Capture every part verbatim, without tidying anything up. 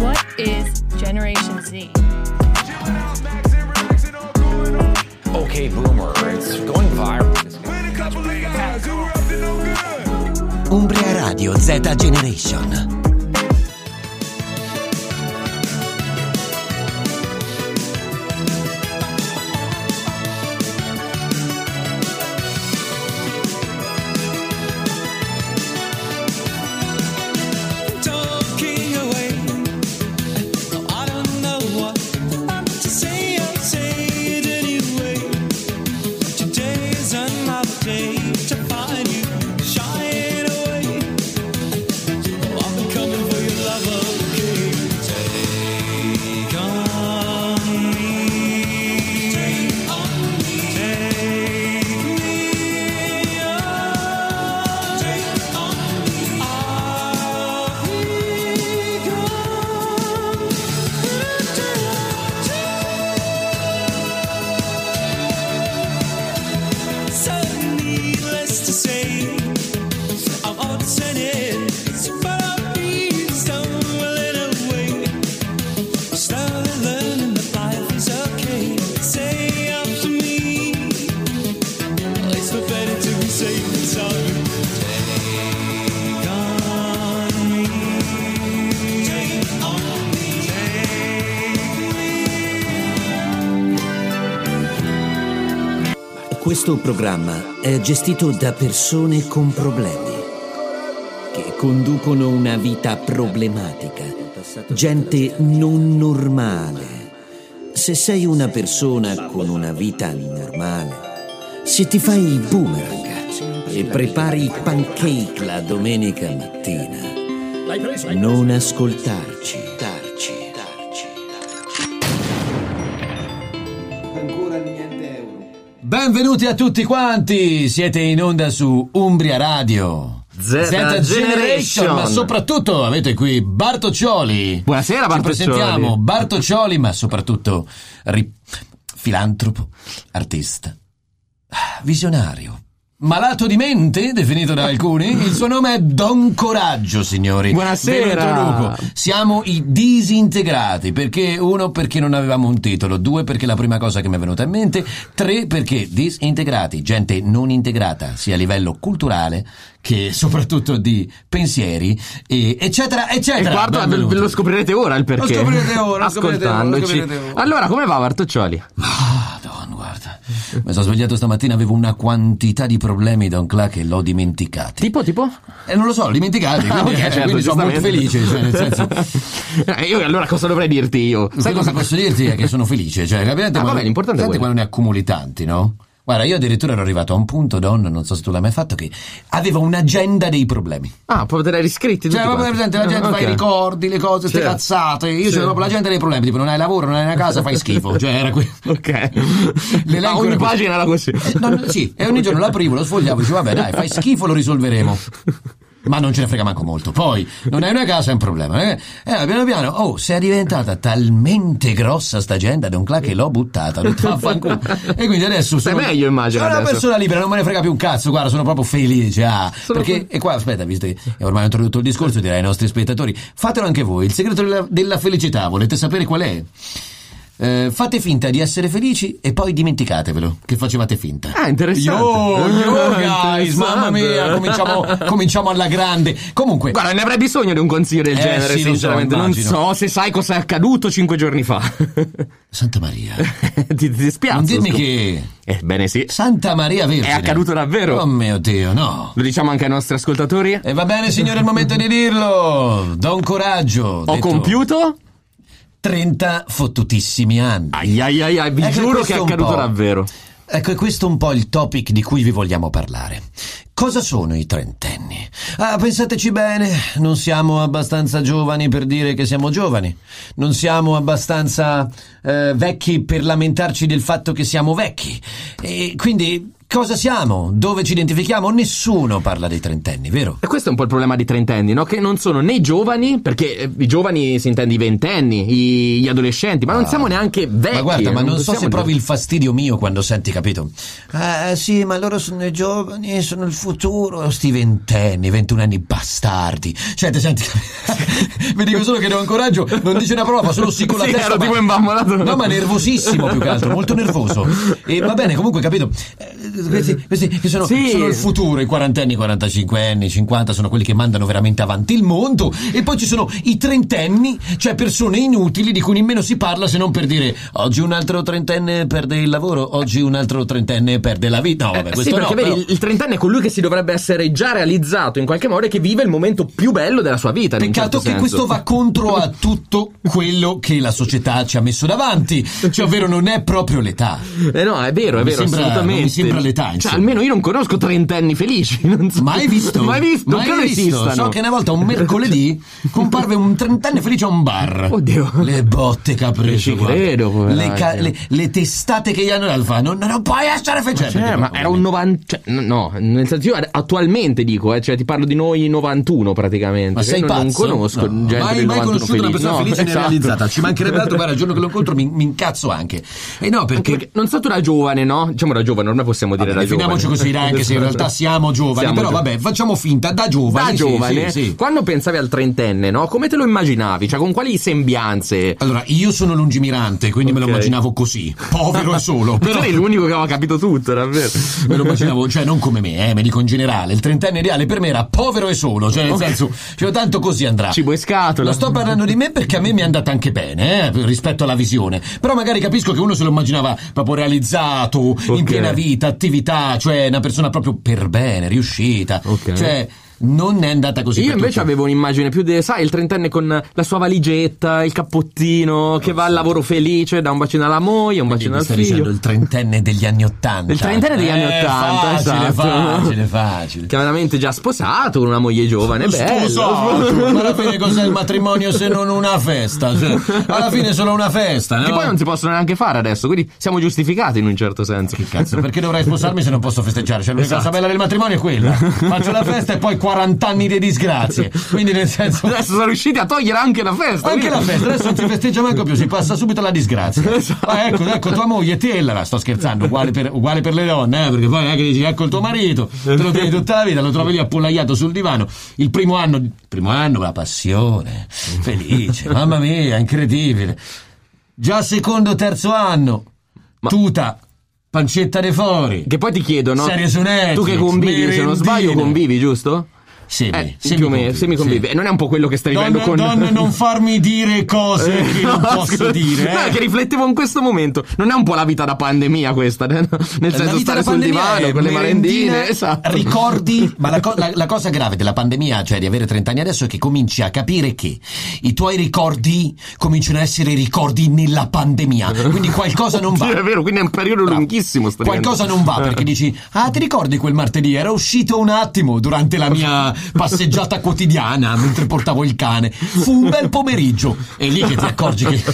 What is Generation Z? Okay, boomer, it's going viral. Umbria Radio Z Generation. Questo programma è gestito da persone con problemi, che conducono una vita problematica, gente non normale. Se sei una persona con una vita normale, se ti fai il boomerang e prepari i pancake la domenica mattina, non ascoltarci, darci, darci, darci. Ancora niente euro. Benvenuti a tutti quanti, siete in onda su Umbria Radio Z, Z Generation. Generation, ma soprattutto avete qui Bartoccioli. Buonasera Bartoccioli. Ci presentiamo Bartoccioli, ma soprattutto ri- filantropo, artista, visionario, malato di mente, definito da alcuni. Il suo nome è Don Coraggio, signori. Buonasera. Ben introduco. Siamo i disintegrati, perché uno, perché non avevamo un titolo, due, perché la prima cosa che mi è venuta in mente, tre, perché disintegrati, gente non integrata, sia a livello culturale che soprattutto di pensieri, e eccetera, eccetera. E guarda, ve lo scoprirete ora il perché. Lo scoprirete ora, ascoltandoci. Lo scoprirete ora. Allora, come va Bartoccioli? Ah, Don, guarda, mi sono svegliato stamattina, avevo una quantità di problemi, Don Cla, che l'ho dimenticati. Tipo, tipo? E eh, non lo so, l'ho dimenticati, quindi, Ah, okay, eh, certo, quindi sono molto felice, cioè, nel senso... eh, io allora cosa dovrei dirti io? Sai cosa posso dirti? È che sono felice, cioè, capite? Ah, vabbè, l'importante è quello. Quando ne accumuli tanti, no? Guarda, io addirittura ero arrivato a un punto, Don, non so se tu l'hai mai fatto, che avevo un'agenda dei problemi. Ah, proprio dei riscritti tutti Cioè, proprio presente, la gente ah, fa i okay. ricordi, le cose, ste Certo. cazzate. Io Certo. c'ero proprio l'agenda dei problemi, tipo non hai lavoro, non hai una casa, fai schifo. Cioè, era qui. Ok. L'elenco Ma ogni era così. pagina era così. Eh, no, no, sì, e ogni giorno l'aprivo, lo sfogliavo, dicevo vabbè dai, fai schifo, lo risolveremo. Ma non ce ne frega manco molto. Poi, non hai una casa, è un problema. Eh, eh piano piano, oh, se è diventata talmente grossa sta agenda, Don Cla, che l'ho buttata, l'ho detto, vaffanculo. E quindi adesso sono... Stai meglio, immagino, Sono una adesso. persona libera, non me ne frega più un cazzo, guarda, sono proprio felice. Ah, Sono perché, e qua, aspetta, visto che ormai ho introdotto il discorso, direi ai nostri spettatori, fatelo anche voi. Il segreto della, della felicità, volete sapere qual è? Eh, fate finta di essere felici e poi dimenticatevelo che facevate finta. Ah, interessante. Yo, yo guys, Interessante. mamma mia, cominciamo, cominciamo alla grande. Comunque, Guarda, ne avrei bisogno di un consiglio del Eh, genere, sì, lo so, sinceramente. non immagino. so se sai cosa è accaduto cinque giorni fa. Santa Maria, ti, ti spiazzo. non dirmi scusa. che Ebbene sì. Santa Maria Vergine È accaduto davvero. Oh mio Dio, no. Lo diciamo anche ai nostri ascoltatori. E va bene, signore, è il momento di dirlo. Don Coraggio. Ho detto compiuto trenta fottutissimi anni. Ai ai ai, ai vi Ecco, giuro questo che è un accaduto po'. davvero. Ecco, è questo un po' il topic di cui vi vogliamo parlare. Cosa sono i trentenni? Ah, pensateci bene, non siamo abbastanza giovani per dire che siamo giovani. Non siamo abbastanza eh, vecchi per lamentarci del fatto che siamo vecchi. E quindi cosa siamo? Dove ci identifichiamo? Nessuno parla dei trentenni, vero? E questo è un po' il problema di trentenni, no? Che non sono né giovani, perché eh, i giovani si intende i ventenni, i, gli adolescenti, ma non Ah. siamo neanche vecchi. Ma guarda, ma non so possiamo se provi dire- il fastidio mio quando senti, capito? Eh sì, ma loro sono i giovani, sono il futuro. Sti ventenni, ventunenni bastardi. Cioè, ti senti? Vi dico solo che non ho coraggio, non dice una parola, fa solo sì con la Sì, testa. ero ma- tipo imbambonato. No, ma nervosissimo più che altro, molto nervoso. E va bene, comunque, capito? Eh, questi, questi che sono, Sì. sono il futuro, i quarantenni, quarantacinquenni, cinquanta sono quelli che mandano veramente avanti il mondo. E poi ci sono i trentenni, cioè persone inutili di cui nemmeno si parla se non per dire oggi un altro trentenne perde il lavoro, oggi un altro trentenne perde la vita. No, vabbè, Eh, questo sì, perché no, vedi, però- il, il trentenne è colui che si dovrebbe essere già realizzato in qualche modo e che vive il momento più bello della sua vita. in un Peccato certo che senso. questo va contro a tutto quello che la società ci ha messo davanti, cioè ovvero non è proprio l'età. Eh no, è vero, è Non mi vero, sembra- assolutamente. non mi sembra l'età, Cioè, insomma. almeno io non conosco trentenni felici. Non so. Mai visto? Mai visto? Mai Credo visto. esistano. So che una volta, un mercoledì, comparve un trentenne felice a un bar. Oddio. Le botte che ha preso. Ci guarda. credo, poveraccio. le, ca- le, le testate che gli hanno dato. Non, non puoi essere felice. Cioè, Perché ma proprio- era un novanta. Cioè, n- no, nel senso, io attualmente dico, eh, cioè ti parlo di noi novantuno praticamente. Ma Cioè, sei non, non pazzo? conosco No. gente Mai, del mai novantuno conosciuto una persona No, felice né esatto. realizzata. Ci mancherebbe altro, guarda, il giorno che lo incontro mi, mi incazzo anche. E no, Anche perché... perché non so tu da giovane, no? Diciamo da giovane, ormai possiamo dire Vabbè, da giovane. definiamoci così, dai, anche se in realtà siamo giovani. Siamo però giovani. vabbè, facciamo finta, da giovani. Da sì, giovane, sì, sì. quando pensavi al trentenne, no? Come te lo immaginavi? Cioè, con quali sembianze? Allora, io sono lungimirante, quindi me lo Ok. immaginavo così, povero e solo. Però Però eri l'unico che aveva capito tutto, davvero. me lo immaginavo, cioè non come me, eh, me dico in generale. Il trentenne ideale per me era povero e solo, cioè nel senso, cioè, tanto così andrà. Cibo e scatola. Non sto parlando di me perché a me mi è andata anche bene, eh, rispetto alla visione. Però magari capisco che uno se lo immaginava proprio realizzato, in piena vita, attività, cioè una persona proprio per bene, riuscita. Ok. Cioè, non è andata così. Io per invece tutti. avevo un'immagine più di, sai, il trentenne con la sua valigetta, il cappottino, che va al lavoro felice, dà un bacino alla moglie, un Quindi bacino mi al stai figlio. dicendo il trentenne degli anni Ottanta. Il trentenne degli anni Eh, Ottanta, facile, esatto. facile, facile. Che è veramente già sposato con una moglie giovane, bello. Sposato. Ma alla fine cos'è il matrimonio se non una festa? Cioè, alla fine è solo una festa, no? Che poi non si possono neanche fare adesso, quindi siamo giustificati in un certo senso. Che cazzo, perché dovrei sposarmi se non posso festeggiare? Cioè, l'unica Esatto. cosa bella del matrimonio è quella. Faccio la festa e poi quaranta anni di disgrazie. Quindi nel senso... Adesso sono riusciti a togliere anche la festa. Anche la quindi- festa, adesso non si festeggia manco più, si passa subito alla disgrazia. Ah, ecco, ecco tua moglie, te la sto scherzando, uguale per, uguale per le donne, eh, perché poi non è che dici ecco il tuo marito, te lo tieni tutta la vita, lo trovi lì appollaiato sul divano. Il primo anno, il primo anno la passione, felice, mamma mia, incredibile. Già secondo, terzo anno, Ma- tuta, pancetta de fuori. Che poi ti chiedono, Serie su Netflix, tu che convivi, se non sbaglio merendine. convivi, giusto? Semi, Eh, semi più o meno, convivi, semi convivi. sì. E non è un po' quello che stai vivendo Donne, con... donne, non farmi dire cose che non No, posso scusa. dire. No, eh. è che riflettevo in questo momento. Non è un po' la vita da pandemia questa, eh? Nel La senso vita stare da sul pandemia divano è con le merendine, merendine, esatto. ricordi, ma la, co- la- la cosa grave della pandemia, cioè di avere trenta anni adesso, è che cominci a capire che i tuoi ricordi cominciano a essere ricordi nella pandemia, quindi qualcosa non va. Sì, è vero, quindi è un periodo Bravo. lunghissimo sto Qualcosa diventando. non va perché dici ah ti ricordi quel martedì era uscito un attimo durante la mia passeggiata quotidiana mentre portavo il cane, fu un bel pomeriggio, e lì che ti accorgi che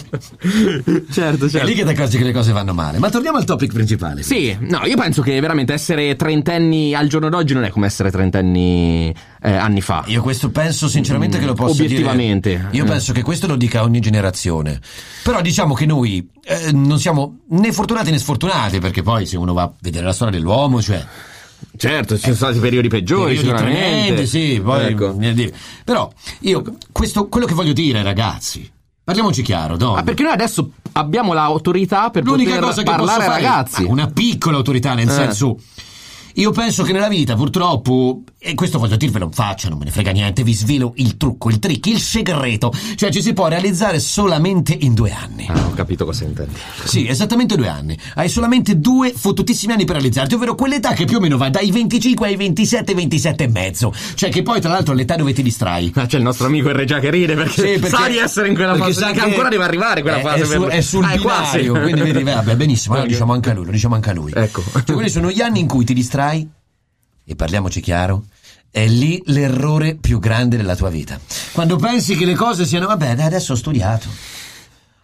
Certo, è certo. lì che ti accorgi che le cose vanno male. Ma torniamo al topic principale. Sì, no, io penso che veramente essere trentenni al giorno d'oggi non è come essere trentenni eh, anni fa. Io questo penso sinceramente che lo posso Obiettivamente. dire. Io Eh. penso che questo lo dica ogni generazione. Però diciamo che noi eh, non siamo né fortunati né sfortunati, perché poi se uno va a vedere la storia dell'uomo, cioè Certo, ci sono stati periodi peggiori periodi sicuramente. tremendi, sì, poi Ecco. viene a dire. Però io questo quello che voglio dire, ragazzi, parliamoci chiaro, donne. Ah, perché noi adesso abbiamo l'autorità per L'unica poter cosa che parlare posso ai fare ragazzi. è una piccola autorità, nel Eh. senso, io penso che nella vita purtroppo, e questo voglio dirvelo in faccia, non me ne frega niente, vi svelo il trucco, il trick, il segreto, cioè ci si può realizzare solamente in due anni. Ah, ho capito cosa intendi. Sì, esattamente due anni. Hai solamente due fottutissimi anni per realizzarti, ovvero quell'età che più o meno va dai venticinque ai ventisette, ventisette e mezzo. Cioè che poi tra l'altro è l'età dove ti distrai. Ah, c'è il nostro amico il Reggia che ride perché, Sì, perché- sa di essere in quella perché fase, sa che ancora deve arrivare quella è, fase. è, su- per- è sul Ah, è quasi. binario, quindi vedi, vabbè, benissimo, allora Ok. diciamo anche a lui, lo diciamo anche a lui. Ecco. Cioè quelli sono gli anni in cui ti distrai, e parliamoci chiaro, è lì l'errore più grande della tua vita. Quando pensi che le cose siano, vabbè, dai, adesso ho studiato.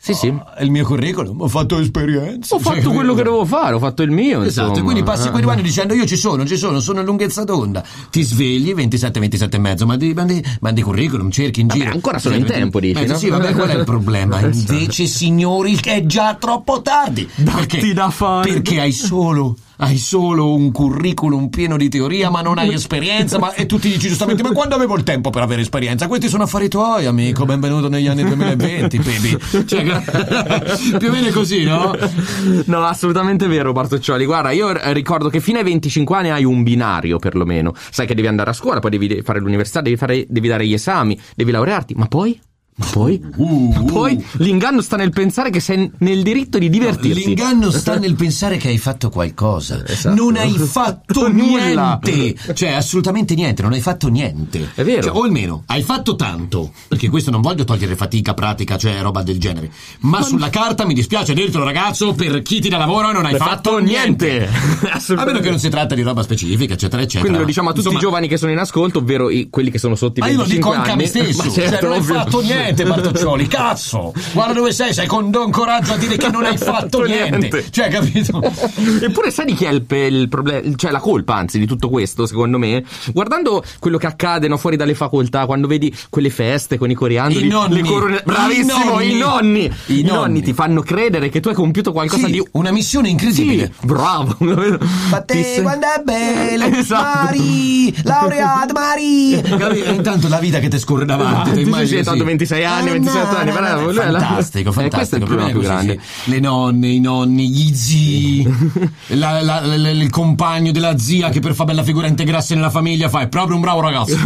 Sì, sì. Oh, il mio curriculum, ho fatto esperienza. Ho fatto Cioè, quello che dovevo fare, ho fatto il mio. Esatto, insomma. e quindi passi quei due anni dicendo io ci sono, ci sono, sono in lunghezza d'onda. Ti svegli ventisette ventisette e mezzo, mandi, mandi, mandi curriculum, cerchi in Vabbè, giro. ancora sono in tempo, dici, Eh, no? Sì, vabbè, qual è il problema? Invece, signori, è già troppo tardi. Datti da fare. Perché hai solo... Hai solo un curriculum pieno di teoria, ma non hai esperienza, ma e tu ti dici giustamente: ma quando avevo il tempo per avere esperienza? Questi sono affari tuoi, amico. Benvenuto negli anni duemilaventi, baby. Cioè, più o meno è così, no? No, assolutamente vero, Bartoccioli. Guarda, io ricordo che fino ai venticinque anni hai un binario, perlomeno. Sai che devi andare a scuola, poi devi fare l'università, devi, fare, devi dare gli esami, devi laurearti, ma poi? Ma poi? Uh, ma poi uh. l'inganno sta nel pensare che sei nel diritto di divertirti. No, l'inganno sta nel pensare che hai fatto qualcosa. Esatto. Non hai fatto Nulla. niente. Cioè, assolutamente niente, non hai fatto niente. È vero. Cioè, o almeno, hai fatto tanto. Perché questo non voglio togliere fatica, pratica, cioè roba del genere. Ma sulla carta, mi dispiace dirtelo, ragazzo, per chi ti dà lavoro non hai Hai fatto, fatto niente. A meno che non si tratta di roba specifica, eccetera, eccetera. Quindi lo diciamo a tutti Insomma, i giovani che sono in ascolto, ovvero i, quelli che sono sotto i ma io lo dico venticinque anche a me anni. stesso. Ma certo, cioè, non hai ovvio. fatto niente, Bartoccioli. Cazzo, guarda dove sei, sei con Don Coraggio a dire che non hai fatto niente. niente. Cioè, capito? Eppure sai di chi è il, il problema, cioè la colpa anzi di tutto questo, secondo me? Guardando quello che accade no, fuori dalle facoltà, quando vedi quelle feste con i coriandoli, I nonni. le corone... Bravissimo, I i nonni. I I nonni. nonni ti fanno credere che tu hai compiuto qualcosa Sì, di una missione incredibile. Sì, bravo. Ma te Ti sei- quando è bella, Esatto. Mari, laureata Mari. Capito? Intanto la vita che ti scorre davanti. Ah, ti sì, immagini sì, così. tanto ventisei anni, Eh, ventisette no, anni, no, bravo, no, lui è la- fantastico, Eh, fantastico. questo è il problema più o più meno grande. così. Le nonne, i nonni, gli zii, la- la- la- il compagno della zia che per fare bella figura integrasse nella famiglia fa è proprio un bravo ragazzo.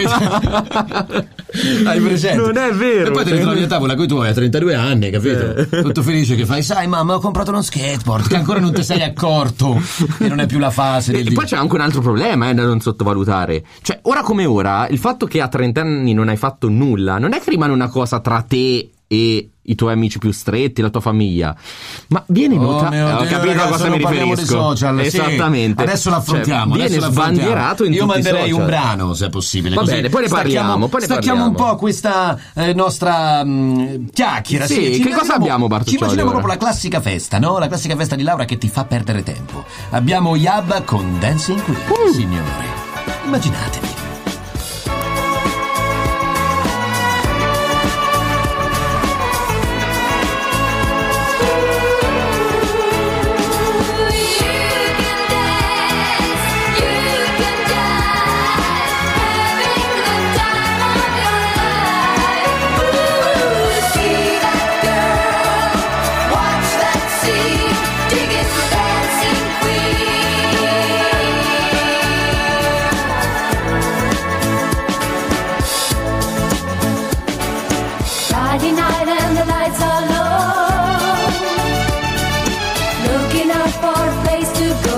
Hai presente? Non è vero. E poi ti ritrovi a tavola con i tuoi a trentadue anni, capito? Tutto felice che fai, sai mamma ho comprato uno skateboard che ancora non ti sei accorto che non è più la fase E del poi c'è anche un altro problema eh, da non sottovalutare. Cioè, ora come ora, il fatto che a trenta anni non hai fatto nulla non è che rimane una cosa tra te e i tuoi amici più stretti, la tua famiglia, ma viene Oh, notato. mio Ho Dio, capito a ragazzi, cosa non mi parliamo riferisco. dei social, sì. Esattamente. Adesso l'affrontiamo. Cioè, adesso viene l'affrontiamo. sbandierato in Io tutti i manderei social. un brano, se è possibile. Va così bene, poi ne stacchiamo- parliamo, poi ne stacchiamo un parliamo. po' questa eh, nostra mh, chiacchiera. Sì, Ci che immaginiamo- cosa abbiamo, Bartoccioli, Ci immaginiamo ora? proprio la classica festa, no? La classica festa di laurea che ti fa perdere tempo. Abbiamo Yabba con Dancing Queen, Uh. signore. Immaginatevi. Friday night and the lights are low, looking out for a place to go,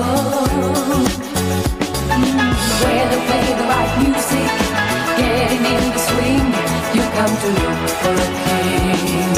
mm, where they play the right music, getting in the swing, you come to look for a king.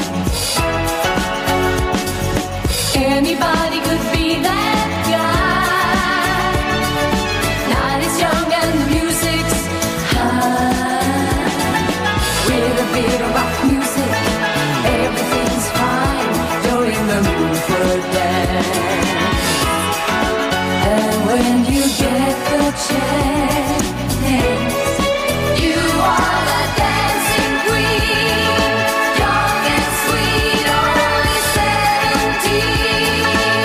Anybody could be that guy, night is young and the music's high, with a bit of rock music, everything's fine. You're in the mood for a dance. And when you get the chance, you are the dancing queen, young and sweet, only seventeen.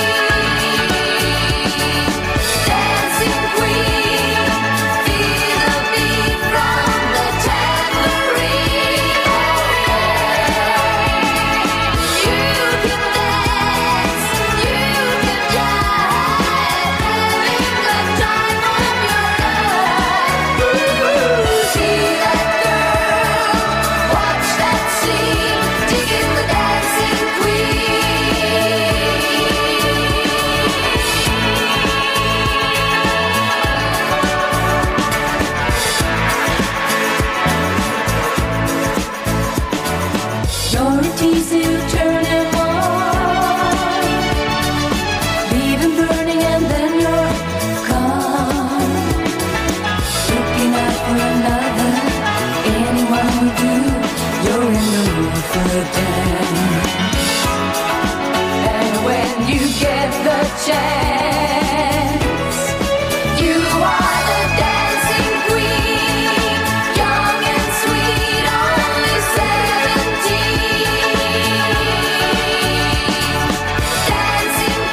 Dancing queen, feel the beat from the tambourine. You can dance, you can jive, having the time of your life. Ooh, see that girl, watch that scene, digging the dancing queen. You're a teasy to turn him on, leave him burning and then you're gone. Looking out for another, anyone will do. You're in the mood for a dance. chance. You are the dancing queen, young and sweet, only seventeen. Dancing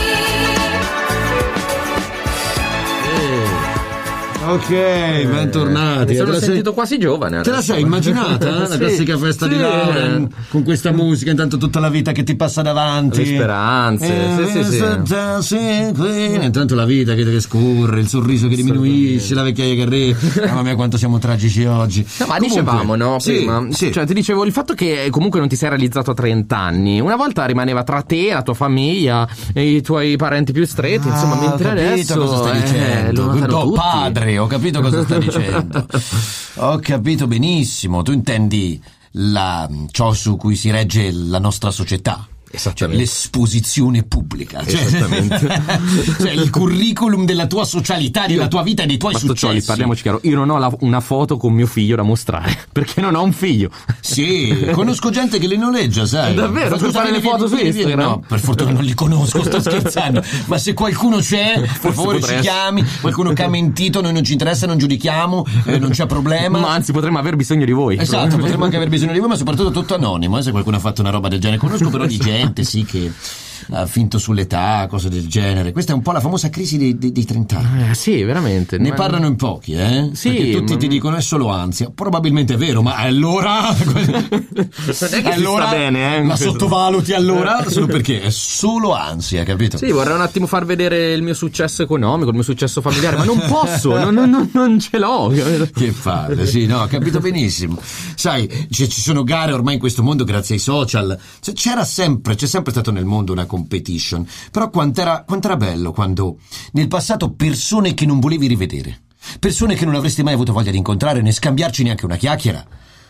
queen. Ok, bentornati. Mi sono Te la sei- sentito quasi giovane. Te la adesso. sei immaginata? La Sì. classica festa di Sì. laurea con questa musica, intanto tutta la vita che ti passa davanti. Le speranze, sì, sì, sì. Intanto la vita che, che scorre, il sorriso che diminuisce, la vecchiaia che arriva. Mamma mia, quanto siamo tragici oggi. No, ma Comunque, dicevamo, no, sì, prima, sì. cioè ti dicevo il fatto che comunque non ti sei realizzato a trenta anni, una volta rimaneva tra te, la tua famiglia e i tuoi parenti più stretti, insomma, Ah, mentre ho capito adesso cosa stai eh, dicendo. lo notano Oh, tutti. padre, ho capito cosa stai dicendo. Ho capito benissimo. Tu intendi la, ciò su cui si regge la nostra società. Cioè, Esattamente. l'esposizione pubblica, cioè, Esattamente. cioè il curriculum della tua socialità, della tua vita e dei tuoi Bastoccioli, successi. parliamoci chiaro, io non ho la- una foto con mio figlio da mostrare, perché non ho un figlio. Sì, conosco gente che li noleggia, sai. Davvero? Ma Per fare vieni, le foto vieni, su vieni, vieni. Instagram? No, per fortuna non li conosco, sto scherzando. Ma se qualcuno c'è, per favore ci potresti. chiami, qualcuno che ha mentito, noi non ci interessa, non giudichiamo, eh, non c'è problema. Ma anzi, potremmo aver bisogno di voi. Esatto, potremmo anche aver bisogno di voi, ma soprattutto tutto anonimo, eh, se qualcuno ha fatto una roba del genere. Conosco però di gente, sì, che ha finto sull'età, cose del genere. Questa è un po' la famosa crisi dei, dei, dei trenta anni. Eh, sì, veramente. Ne Ma- parlano in pochi, eh? Sì, Perché tutti ma- ti dicono è solo ansia. Probabilmente è vero, ma allora. Non è che si allora sta bene, eh, la questo. sottovaluti allora solo perché è solo ansia, capito? Sì, vorrei un attimo far vedere il mio successo economico, il mio successo familiare, ma non posso, non, non- non- non ce l'ho. capito? Che palle, sì, no, ho capito benissimo. Sai, c- ci sono gare ormai in questo mondo grazie ai social. C- c'era sempre, c'è sempre stato nel mondo una competition. Però quant'era, quant'era bello quando nel passato persone che non volevi rivedere, persone che non avresti mai avuto voglia di incontrare né scambiarci neanche una chiacchiera,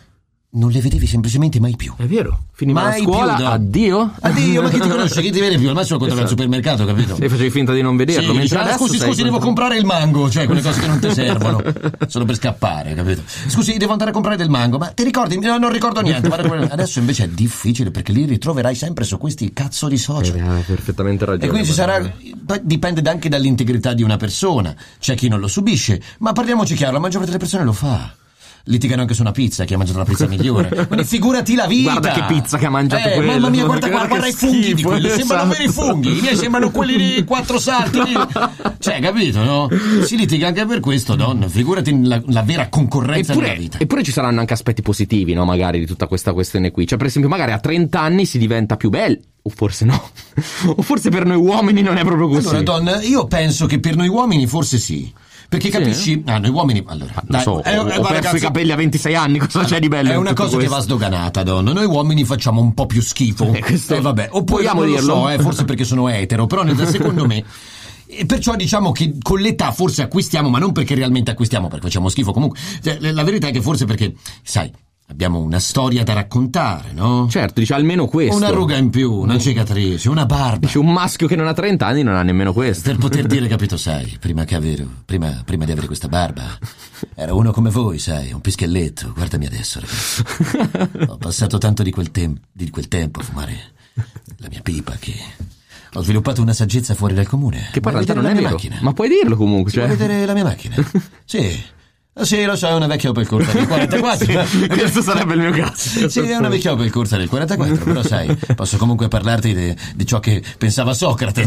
non le vedevi semplicemente mai più. È vero, finiva la Mai scuola, più, no. addio. Addio, ma chi ti conosce? Chi ti vede più? Al massimo quando vai al supermercato, capito? E facevi finta di non vederlo. Sì, mentre dice, ah, adesso scusi, sei- scusi, devo comprare il mango, cioè quelle cose che non ti servono, solo per scappare, capito? Scusi, devo andare a comprare del mango, ma ti ricordi? No, non ricordo niente. guarda quello- Adesso invece è difficile perché li ritroverai sempre su questi cazzo di social. Eh, hai perfettamente ragione. E quindi ci sarà, guarda. poi dipende anche dall'integrità di una persona. C'è chi non lo subisce, ma parliamoci chiaro, la maggior parte delle persone lo fa. Litigano anche su una pizza, chi ha mangiato la pizza migliore. Quindi figurati la vita. Guarda che pizza che ha mangiato eh, quello. Mamma mia, guarda, Guarda guarda, che guarda i funghi di schifo, quelli. Sembrano esatto. veri funghi. I miei sembrano quelli di quattro salti. lì. Cioè, capito, no? Si litiga anche per questo, donna. Figurati la, la vera concorrenza Eppure, della vita. eppure ci saranno anche aspetti positivi, no? Magari di tutta questa questione qui. Cioè, per esempio, magari a trenta anni si diventa più belli. O forse no. O forse per noi uomini non è proprio così. Allora, donna, io penso che per noi uomini forse sì. Perché capisci? Ah, noi uomini. Allora, Non dai, so, eh, ho, eh, ho ma perso ragazzi, i capelli a ventisei anni, cosa c'è di bello? È in una tutto cosa che questo? va sdoganata, donna. Noi uomini facciamo un po' più schifo. Eh, questo- Eh, vabbè. Oppure vogliamo non lo dirlo? so, eh, forse perché sono etero, però nel- secondo me. E perciò diciamo che con l'età forse acquistiamo, ma non perché realmente acquistiamo, perché facciamo schifo comunque. Cioè, la verità è che forse perché, sai, abbiamo una storia da raccontare, no? Certo, dice almeno questo. Una ruga in più, una cicatrice, una barba. Dice un maschio che non ha trenta anni non ha nemmeno questo. Per poter dire, capito, sai, prima che avere, prima, prima di avere questa barba, era uno come voi, sai, un pischelletto. Guardami adesso, ragazzi. Ho passato tanto di quel, tem- di quel tempo a fumare la mia pipa che ho sviluppato una saggezza fuori dal comune. Che poi in Vuoi realtà non vedere è la mia vero. macchina? Ma puoi dirlo comunque, Vuoi cioè. vedere la mia macchina? Sì. Ah, sì, lo so, è una vecchia Opel Corsa del quarantaquattro. Questo sarebbe il mio caso. Sì, è una vecchia Opel Corsa del quarantaquattro, però sai, posso comunque parlarti di, di ciò che pensava Socrate.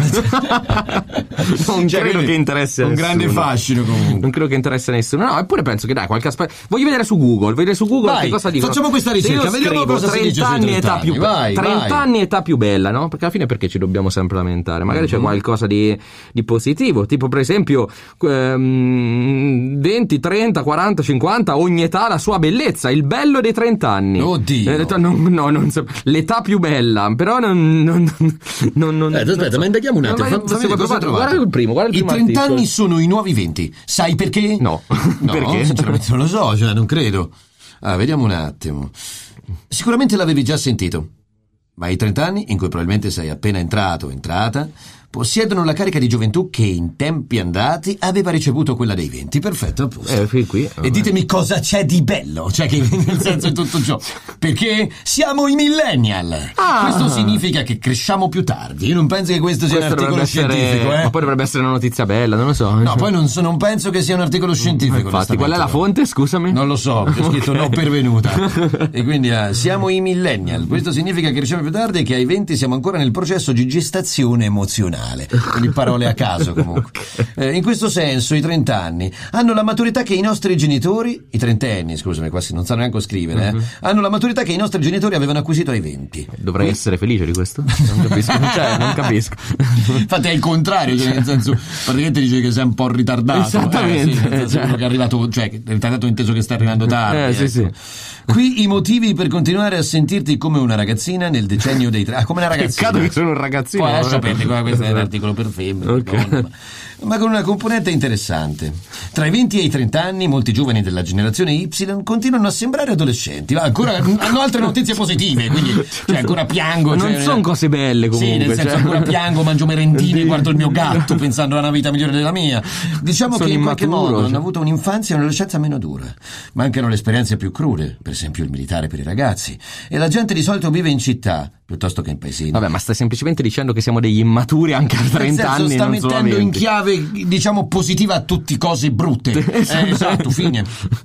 Non Cioè, credo quindi, che interessi a un grande nessuno. fascino comunque. Non credo che interessi a nessuno. No, eppure penso che dai, qualche aspetto. Voglio vedere su Google, vedere su Google Vai, che cosa dicono. facciamo questa Se ricerca, io vediamo scrivo cosa si dice trenta sui anni età trenta più anni. Vai, trenta vai. anni età più bella, no? Perché alla fine perché ci dobbiamo sempre lamentare? Magari Mhm. c'è qualcosa di, di positivo, tipo per esempio ehm, venti, trenta, quaranta, cinquanta, ogni età la sua bellezza, il bello dei trenta anni. Oddio. Eh, l'età- no, no, non so- l'età più bella, però non non non, non Eh, aspetta, non so. ma indaghiamo un attimo. Ma vai- Fammi se vuoi vedere cosa provare, hai guarda trovato. il primo, guarda il I primo trenta articolo. anni sono i nuovi venti. Sai perché? No. No, Perché? sinceramente non lo so, cioè non credo. Ah, vediamo un attimo. Sicuramente l'avevi già sentito. Ma i trenta anni, in cui probabilmente sei appena entrato o entrata, possiedono la carica di gioventù che in tempi andati aveva ricevuto quella dei venti. Perfetto, a posto. Eh, qui, qui, E ditemi cosa c'è di bello, cioè che nel senso di tutto ciò, perché siamo i millennial. Ah. Questo significa che cresciamo più tardi. Io non penso che questo sia Questo un articolo dovrebbe essere, scientifico, eh. ma poi dovrebbe essere una notizia bella, non lo so. No, poi non, so, non penso che sia un articolo scientifico. Infatti, qual è la fonte, scusami? Non lo so, c'è scritto Ok. no pervenuta. E quindi ah, siamo i millennial. Questo significa che cresciamo più tardi e che ai venti siamo ancora nel processo di gestazione emozionale. Quindi parole a caso comunque. Eh, in questo senso i trent'anni hanno la maturità che i nostri genitori, i trentenni, scusami, quasi non sanno neanche scrivere, eh, hanno la maturità che i nostri genitori avevano acquisito ai venti. Dovrei essere felice di questo? Non capisco. Cioè, non capisco. Infatti è il contrario, cioè nel senso praticamente dice che sei un po' ritardato. Esattamente. Eh, sì, nel senso Cioè. quello che è arrivato, cioè che è ritardato inteso che sta arrivando tardi. Eh, sì, ecco. sì. Qui i motivi per continuare a sentirti come una ragazzina nel decennio dei tre. Ah, come una ragazzina. Peccato che sono un ragazzino. Poi lascia vabbè. perdere, questo è un articolo per femmine. Ok. donna, ma, ma con una componente interessante. Tra i venti e i trenta anni, molti giovani della generazione Y continuano a sembrare adolescenti. Ma ancora hanno altre notizie positive, quindi cioè, ancora piango. Non cioè, sono cose belle comunque. Sì, nel senso cioè. ancora piango, mangio merendine, Sì. guardo il mio gatto pensando a una vita migliore della mia. Diciamo Sono che in qualche immaturo, modo cioè. hanno avuto un'infanzia e un'adolescenza meno dura. Mancano le esperienze più crude, per esempio il militare per i ragazzi. E la gente di solito vive in città piuttosto che in paesini. Vabbè, ma stai semplicemente dicendo che siamo degli immaturi anche a Nel trenta senso, anni. sta non solo a mettendo in venti. chiave, diciamo, positiva a tutte cose brutte. Eh, esatto, fine.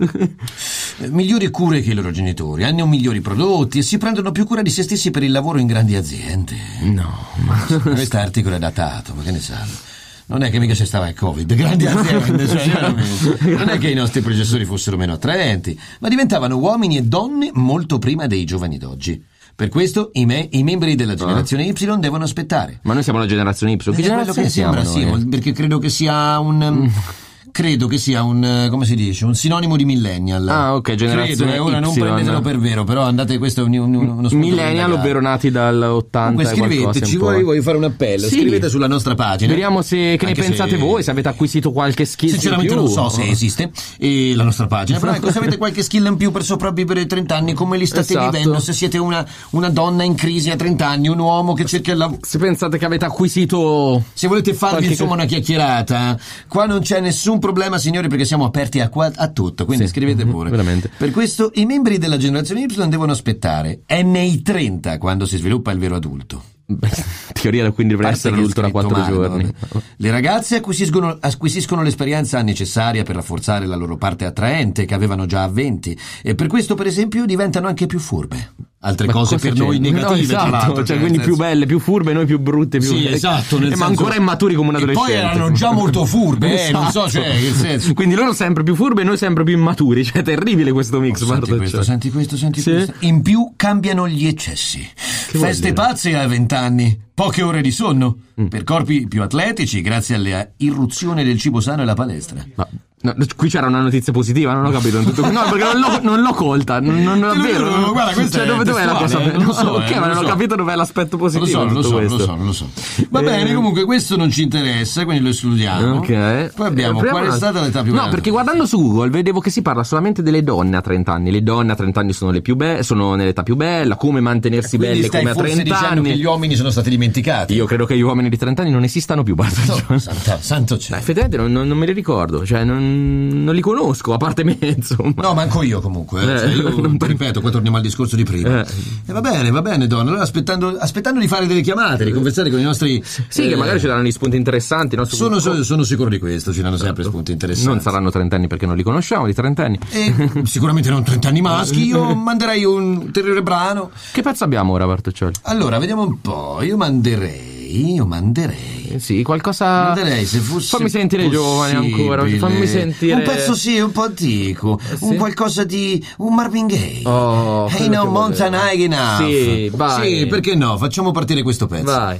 Eh, Migliori cure che i loro genitori, hanno migliori prodotti e si prendono più cura di se stessi per il lavoro in grandi aziende. No, ma... Questo articolo è datato, ma che ne sanno? Non è che mica c'è stava il Covid, grandi aziende, cioè veramente. Non è che i nostri predecessori fossero meno attraenti, ma diventavano uomini e donne molto prima dei giovani d'oggi. Per questo i, me- i membri della generazione Y devono aspettare. ma noi siamo la generazione Y. Che È quello generazione che siamo sembra, sì, noi? perché credo che sia un... um, credo che sia un, eh, come si dice, un sinonimo di millennial. Ah, ok, generazione Credo, eh, ora non Y. prendetelo per vero, però andate, questo è un, un, uno spunto Millennial, per ovvero nati dall'ottanta. Comunque scriveteci, voi voglio fare un appello, Sì. scrivete sulla nostra pagina. Vediamo se, che ne Anche pensate se- voi, se avete acquisito qualche skill. Sinceramente in più. non so se esiste e la nostra pagina, però ecco, se avete qualche skill in più per sopravvivere ai trenta anni, come li state Esatto. vivendo, se siete una, una donna in crisi a trenta anni, un uomo che cerca il lavoro, Se pensate che avete acquisito. se volete farvi Qualche- insomma una chiacchierata, qua non c'è nessun problema signori, perché siamo aperti a, qua- a tutto, quindi Sì, scrivete mhm, pure. veramente. Per questo i membri della generazione Y devono aspettare, è nei trenta quando si sviluppa il vero adulto. Beh, in teoria quindi dovrei Parte essere che è adulto da scritto quattro male, giorni. vabbè. Le ragazze acquisiscono, acquisiscono l'esperienza necessaria per rafforzare la loro parte attraente che avevano già a venti e per questo per esempio diventano anche più furbe. Altre Ma cose cosa per c'è? noi negative, No, esatto, tra l'altro, cioè, nel quindi più senso- belle, più furbe, noi più brutte, più Sì, esatto, nel Eh, ma senso- ancora immaturi come un E adolescente. poi erano già molto furbe, eh, non so, Esatto. cioè, nel senso. Quindi loro sempre più furbe e noi sempre più immaturi, cioè è terribile questo mix. Oh, guarda, senti questo, cioè. senti questo, senti Sì? questo. In più cambiano gli eccessi. vuol Feste dire? pazze a vent'anni, poche ore di sonno. Mm. Per corpi più atletici grazie alla irruzione del cibo sano e la palestra. Ma, no, qui c'era una notizia positiva, non ho capito. in tutto- No, perché non l'ho, non l'ho colta. Non, non è Te lo vero. giuro, non- guarda, questo cioè, è dove, dov'è la cosa? testuale, eh, non lo so, ok, eh, ma non non lo ho so. capito dov'è l'aspetto Non lo positivo. so, in non lo tutto so, non lo questo. so, non lo so. Va Eh, bene, comunque questo non ci interessa, quindi lo escludiamo. Ok. Poi abbiamo, Eh, qual è una- stata l'età più No, grande? perché guardando su Google vedevo che si parla solamente delle donne a trenta anni. Le donne a trenta anni sono le più belle, sono nell'età più bella, come mantenersi Quindi belle stai come a forse trenta dicendo che anni. gli uomini sono stati dimenticati? Io credo che gli uomini di trenta anni non esistano più, guarda. No, santa- santo Eh, cielo. effettivamente non, non- non me li ricordo, cioè non, non li conosco, a parte me, insomma. No, manco io comunque. eh. Eh, Cioè, io non- ti ripeto, qua torniamo al discorso di prima. Eh. E va bene, va bene, Don. Allora, aspettando, aspettando di fare delle chiamate, di conversare con i nostri. Sì, eh, che magari ci daranno gli spunti interessanti, no? Su- Sono, sono, sono sicuro di questo, ci danno sempre spunti interessanti. Non saranno trentenni perché non li conosciamo, di trentenni. E sicuramente non trenta anni maschi, io manderei un ulteriore brano. Che pezzo abbiamo ora, Bartoccioli? Allora, vediamo un po'. Io manderei, io manderei. Eh, sì, qualcosa. Manderei se fosse Fammi sentire giovane ancora, possibile. fammi sentire. Un pezzo sì, un po' antico, sì? un qualcosa di un Marvin Gaye. Oh, Hey quello no che mountain volevo. high enough. Sì, vai. Sì, perché no? Facciamo partire questo pezzo. Vai.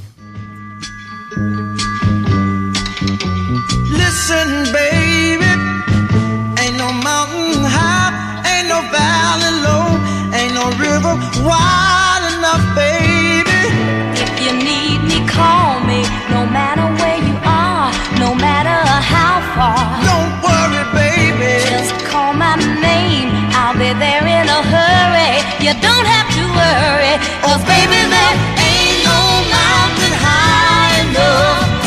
Listen, baby, ain't no mountain high, ain't no valley low, ain't no river wide enough, baby. If you need me, call me. No matter where you are, no matter how far. Don't worry, baby. Just call my name. I'll be there in a hurry. You don't have to worry. 'Cause baby, there ain't no mountain high enough.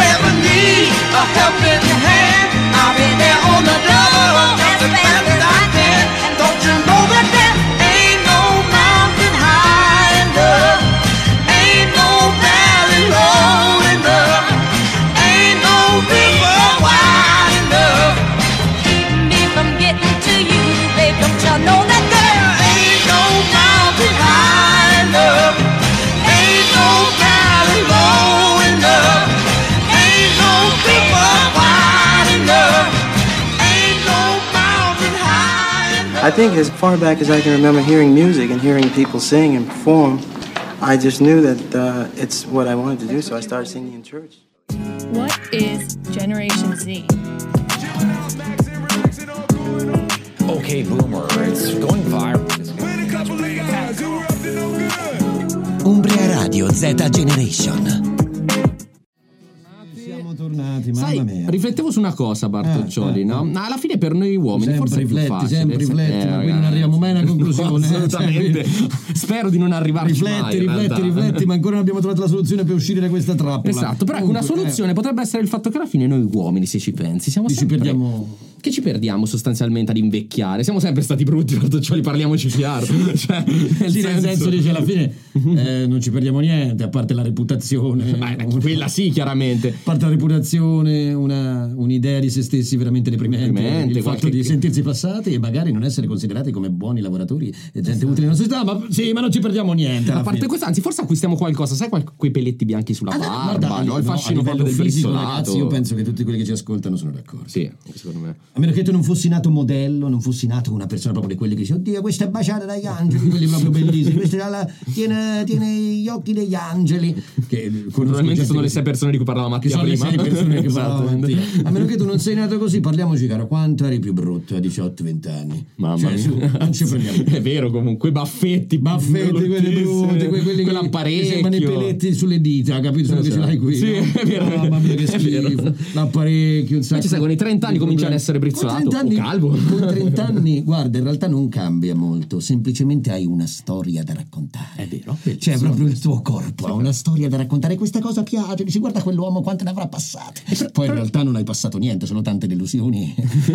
ever need a helping hand, I'll be there on the double just as fast as I can. And don't you know that there ain't no mountain high enough, ain't no valley low enough, ain't no river wide enough. Even if I'm getting to you, babe, don't you know that there Ain't no mountain high enough, ain't no valley low enough, ain't no river wide enough, ain't no mountain high enough. I think as far back as I can remember hearing music and hearing people sing and perform, I just knew that uh, it's what I wanted to do, so I started singing in church. What is Generation Z? Okay, Boomer, it's going viral. Umbria Radio Z Generation. Siamo tornati, mamma Sai, mia. riflettevo su una cosa, Bartoccioli, Eh, eh, no? Alla fine per noi uomini Sempre forse è più rifletti, facile. sempre rifletti, ma qui non arriviamo mai a una conclusione, No, eh, assolutamente. Spero di non arrivarci Rifletti, mai, in rifletti, realtà. rifletti, ma ancora non abbiamo trovato la soluzione per uscire da questa trappola. Esatto, però ecco, una Comunque, soluzione potrebbe essere il fatto che alla fine noi uomini, se ci pensi, siamo Ci sempre perdiamo- che ci perdiamo sostanzialmente ad invecchiare. Siamo sempre stati brutti, Bartoccioli, parliamoci chiaro. Cioè, nel Sì, nel senso dice alla fine eh, non ci perdiamo niente, a parte la reputazione. Beh, quella sì, chiaramente. A parte la reputazione, una, un'idea di se stessi veramente deprimente, Deprimente, il fatto qualche- di sentirsi passati e magari non essere considerati come buoni lavoratori e gente utile nella società, ma sì, ma non ci perdiamo niente. A alla parte fine. questo, anzi, forse acquistiamo qualcosa, sai, qual- quei peletti bianchi sulla Ah, barba, guarda, no? Il no, fascino a proprio livello del fisico, bristolato. ragazzi, io penso che tutti quelli che ci ascoltano sono d'accordo. Sì, anche secondo me. A meno che tu non fossi nato modello, non fossi nato una persona proprio di quelli che dice oddio, questa è baciata dagli angeli, quelli proprio bellissimi, questa è la- tiene, tiene gli occhi degli angeli. Che conosco Probabilmente gente sono le così. sei persone di cui parlava Che Mattia sono le prima. sei persone che Esatto. parlavano Mattia. A meno che tu non sei nato così, parliamoci caro, quanto eri più brutto a diciotto venti anni? Mamma Cioè, mia. su, non ci prendiamo. È vero, comunque, baffetti, Baffetti, quelli brutti, que- quelli che quell'apparecchio. sembrano i peletti sulle dita, capito? Solo che ce l'hai qui. Sì, no? è vero. Mamma mia, che È vero. schifo. L'apparecchio, un sacco. Invece sai, con i trenta anni di cominci problemi. ad essere brizzolato Con trenta o calvo. Con trenta anni, guarda, in realtà non cambia molto, semplicemente hai una storia da raccontare. È vero, Cioè, proprio il tuo corpo ha una storia da raccontare. Questa cosa piace, dici guarda quell'uomo quante ne avrà passate. Poi in realtà non hai passato niente, sono tante delusioni.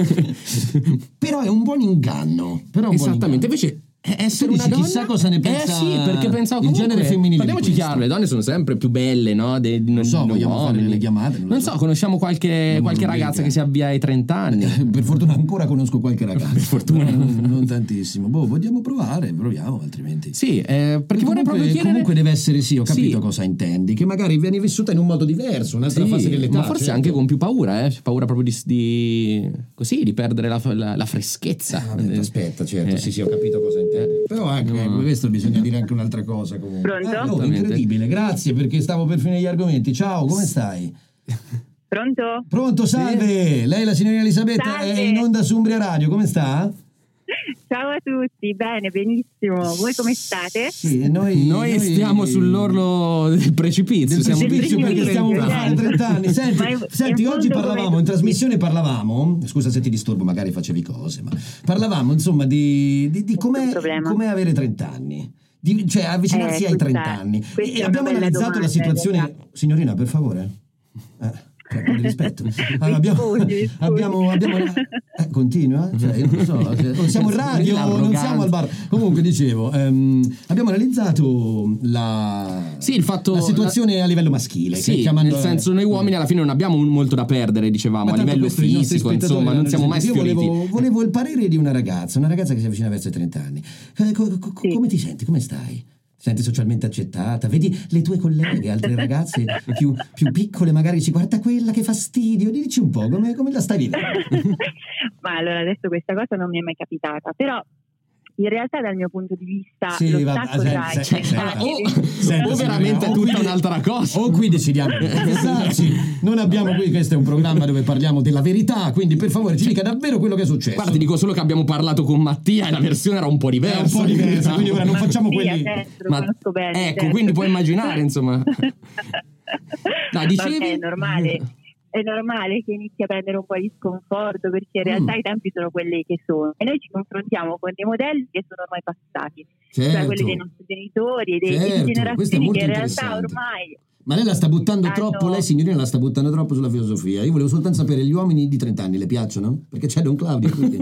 Però è un buon inganno. Però è un buon Esattamente, inganno. invece eh, essere Tu una dici, donna chissà cosa ne pensa eh sì, perché pensavo il comunque, genere femminile di parliamoci questo. chiaro, le donne sono sempre più belle, no? Dei, Non so, degli vogliamo fare uomini. delle chiamate, non Non lo so, so. conosciamo qualche, Non qualche lo ragazza dica. che si avvia ai trenta anni. Per fortuna ancora conosco qualche ragazzo. Per fortuna non, non tantissimo. Boh, vogliamo provare, proviamo altrimenti. Sì, eh, perché vorrei comunque, proprio chiedere comunque deve essere sì, ho capito Sì. cosa intendi, che magari vieni vissuta in un modo diverso, un'altra Sì, fase dell'età. ma forse certo. anche con più paura, eh? C'è paura proprio di, di così, di perdere la, la- la freschezza. Ah, vabbè, aspetta, certo, Eh. sì, sì, ho capito cosa intendi. Però anche ecco, questo bisogna dire anche un'altra cosa comunque. Pronto? Ah, oh, Esattamente. incredibile, grazie perché stavo per finire gli argomenti. Ciao, come stai? Pronto? Pronto, salve! Lei, la signorina Elisabetta, Salve. è in onda su Umbria Radio, come sta? Ciao a tutti, bene, benissimo. Voi come state? Sì, noi, Noi stiamo sull'orlo del precipizio. del siamo precipizio Del perché stiamo per precipizio, fare trenta anni. Senti, Ma in- senti in oggi fondo parlavamo, come- in trasmissione parlavamo, scusa se ti disturbo, magari facevi cose, ma parlavamo insomma di, di, di com'è, Nessun problema. com'è avere trenta anni. Di- cioè avvicinarsi Eh, ai questa- trenta anni. questa E è una abbiamo bella analizzato domanda, la situazione. in realtà. Signorina, per favore. Eh. Cioè, con il rispetto. Allora, abbiamo, scusi, mi scusi. abbiamo, abbiamo eh, continua? Cioè, io non so, cioè, non siamo in radio, non L'arroganza. siamo al bar. Comunque dicevo, ehm, abbiamo analizzato la, Sì, il fatto- la situazione a livello maschile. Sì, chiamando- nel senso noi uomini alla fine non abbiamo molto da perdere, dicevamo, Ma a tanto livello questo i nostri fisico, spettatori insomma, non l'hanno siamo mai risentito. sfioriti. Io volevo, volevo il parere di una ragazza, una ragazza che si avvicina verso i trenta anni. Eh, co- co- Sì. Come ti senti? Come stai? Ti senti socialmente accettata? Vedi le tue colleghe, altre ragazze più, più piccole, magari ci guarda quella che fastidio. Dici un po' come, come la stai vivendo? Ma allora adesso questa cosa non mi è mai capitata, però in realtà dal mio punto di vista Sì, lo va- stacco se- tra se- i se- trenta se- anni o- e venti- Senta, o veramente è signorina, tutta qui- un'altra cosa. O qui decidiamo di confessarci. Non abbiamo qui, questo è un programma dove parliamo della verità, quindi per favore ci dica davvero quello che è successo. Guarda, ti dico solo che abbiamo parlato con Mattia e la versione era un po' diversa. È un po' diversa, quindi ora non facciamo Sì, quelli. adesso lo Ma- conosco bene. ecco, certo. quindi puoi immaginare, insomma. Dai, dicevi? Vabbè, è normale. È normale che inizi a prendere un po' di sconforto perché in realtà Mm. i tempi sono quelli che sono e noi ci confrontiamo con dei modelli che sono ormai passati, cioè Certo. quelli dei nostri genitori, dei, Certo, delle questo è generazioni molto che in realtà interessante. ormai Ma lei la sta buttando hanno- troppo, lei signorina la sta buttando troppo sulla filosofia. Io volevo soltanto sapere, gli uomini di trenta anni le piacciono? Perché c'è Don Claudio, quindi...